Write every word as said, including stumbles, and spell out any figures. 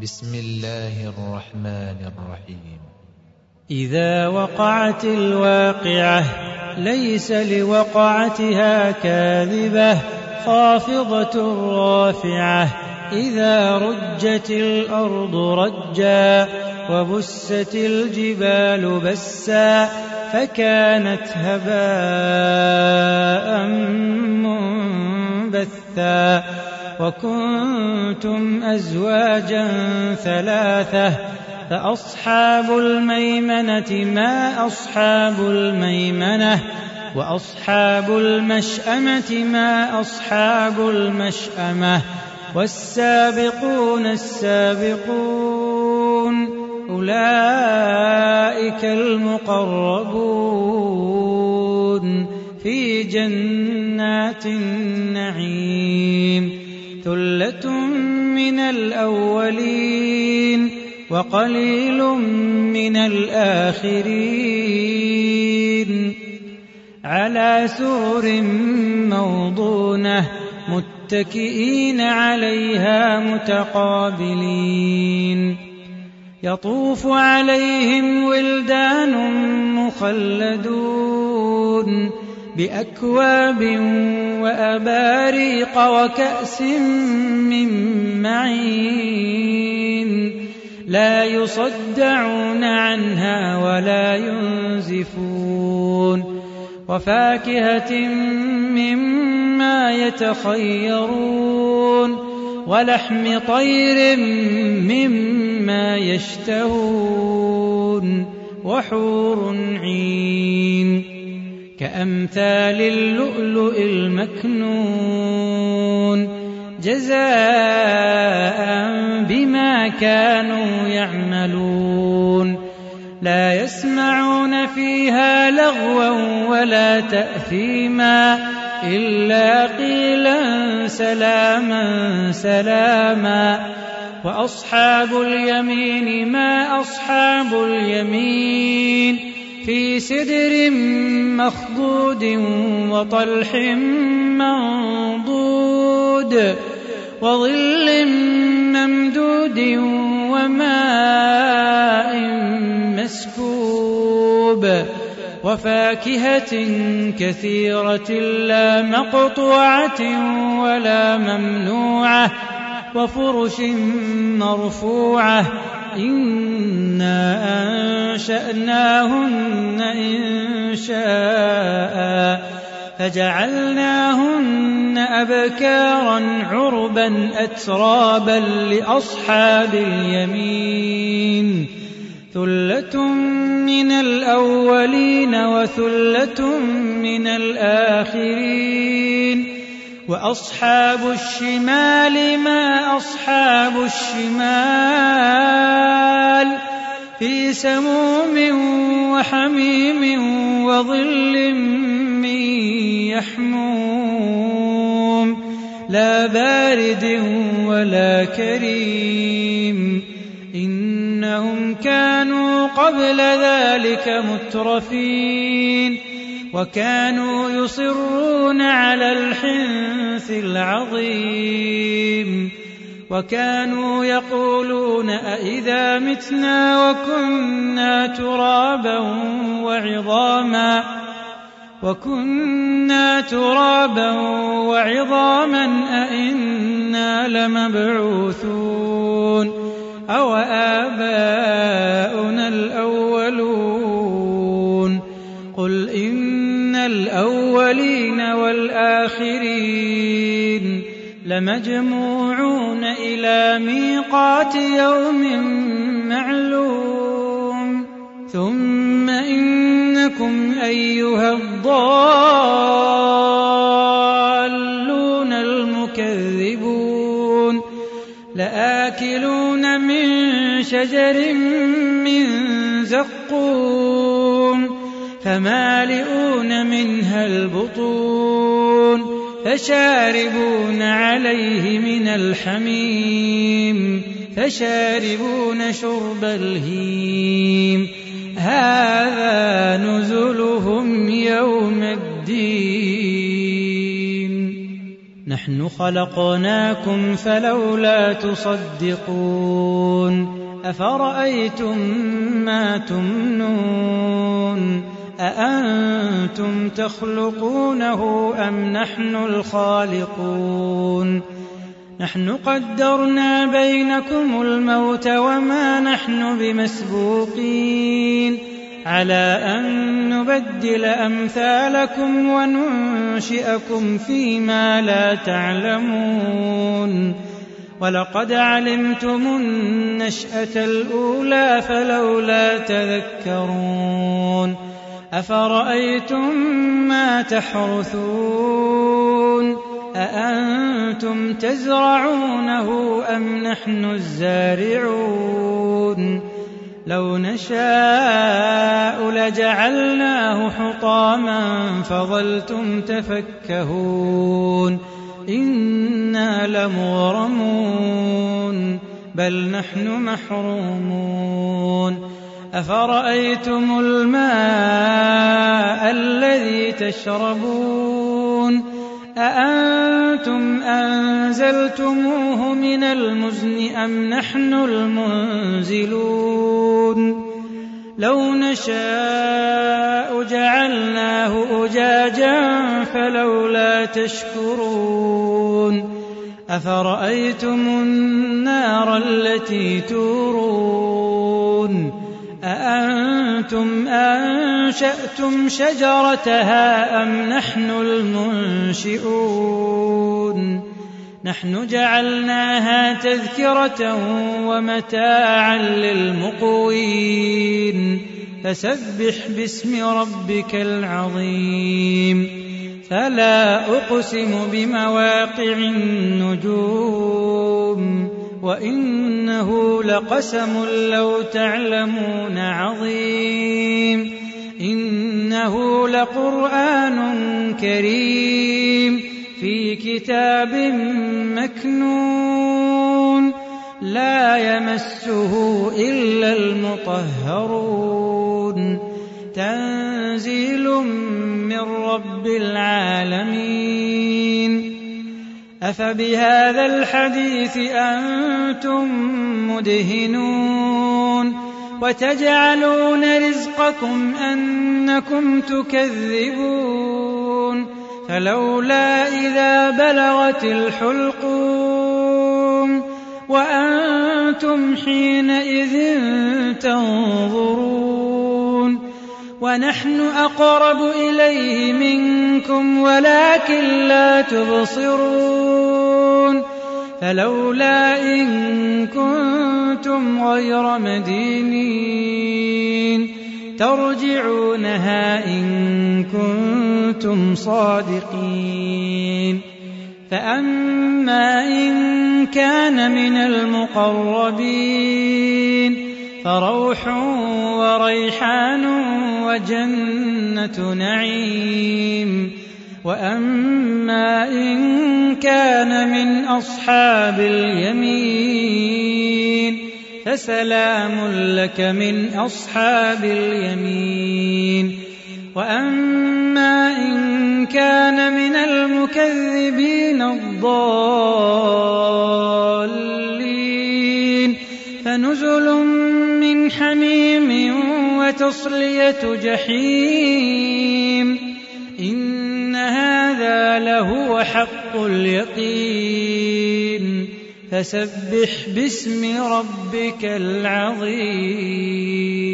بسم الله الرحمن الرحيم. إذا وقعت الواقعة ليس لوقعتها كاذبة خافضة رافعة إذا رجت الأرض رجا وبست الجبال بسا فكانت هباء منبثا وكنتم أزواجا ثلاثة فأصحاب الميمنة ما أصحاب الميمنة وأصحاب المشأمة ما أصحاب المشأمة والسابقون السابقون أولئك المقربون في جنات النعيم ثلة من الأولين وقليل من الآخرين على سرر موضونة متكئين عليها متقابلين يطوف عليهم ولدان مخلدون بأكواب وأباريق وكأس من معين لا يصدعون عنها ولا ينزفون وفاكهة مما يتخيرون ولحم طير مما يشتهون وحور عين كأمثال اللؤلؤ المكنون جزاء بما كانوا يعملون لا يسمعون فيها لغوا ولا تأثيما إلا قيلا سلاما سلاما وأصحاب اليمين ما أصحاب اليمين في سدر مخضود وطلح منضود وظل ممدود وماء مسكوب وفاكهة كثيرة لا مقطوعة ولا ممنوعة وفرش مرفوعة إنا أنشأناهن إنشاء فجعلناهن أبكارا عربا أترابا لأصحاب اليمين ثلة من الأولين وثلة من الآخرين وأصحاب الشمال ما أصحاب الشمال في سموم وحميم وظل من يحموم لا بارد ولا كريم إنهم كانوا قبل ذلك مترفين وكانوا يصرون على الحنث العظيم وكانوا يقولون أئذا متنا وكنا ترابا وعظاما وكنا ترابا وعظاما أئنا لمبعوثون أو آباؤنا الأولون قل إن الأولين والآخرين لمجموعون إلى ميقات يوم معلوم ثم إنكم أيها الضالون المكذبون لآكلون من شجر من زقوم فمالئون منها البطون فشاربون عليه من الحميم فشاربون شرب الهيم هذا نزلهم يوم الدين. نحن خلقناكم فلولا تصدقون أفرأيتم ما تمنون أأنتم تخلقونه أم نحن الخالقون نحن قدرنا بينكم الموت وما نحن بمسبوقين على أن نبدل أمثالكم وننشئكم فيما لا تعلمون ولقد علمتم النشأة الأولى فلولا تذكرون أفرأيتم ما تحرثون أأنتم تزرعونه أم نحن الزارعون لو نشاء لجعلناه حطاما فظلتم تفكهون إنا لمغرمون بل نحن محرومون أفرأيتم الماء الذي تشربون أأنتم أنزلتموه من المزن أم نحن المنزلون لو نشاء جعلناه أجاجا فلولا تشكرون أفرأيتم النار التي تورون أأنتم أنشأتم شجرتها أم نحن المنشئون نحن جعلناها تذكرة ومتاعا للمقوين فسبح باسم ربك العظيم فلا أقسم بمواقع النجوم وإنه لقسم لو تعلمون عظيم إنه لقرآن كريم في كتاب مكنون لا يمسه إلا المطهرون تنزيل من رب العالمين أفبهذا الحديث أنتم مدهنون وتجعلون رزقكم أنكم تكذبون فلولا إذا بلغت الحلقوم وأنتم حينئذ تنظرون ونحن أقرب إليه منكم ولكن لا تبصرون فلولا إن كنتم غير مدينين ترجعونها إن كنتم صادقين فأما إن كان من المقربين فروح وريحان وجنة نعيم وأما إن كان من أصحاب اليمين فسلام لك من أصحاب اليمين وأما إن كان من المكذبين الضالين فنزل من حميم وتصلية جحيم إن هذا لهو حق اليقين فسبح باسم ربك العظيم.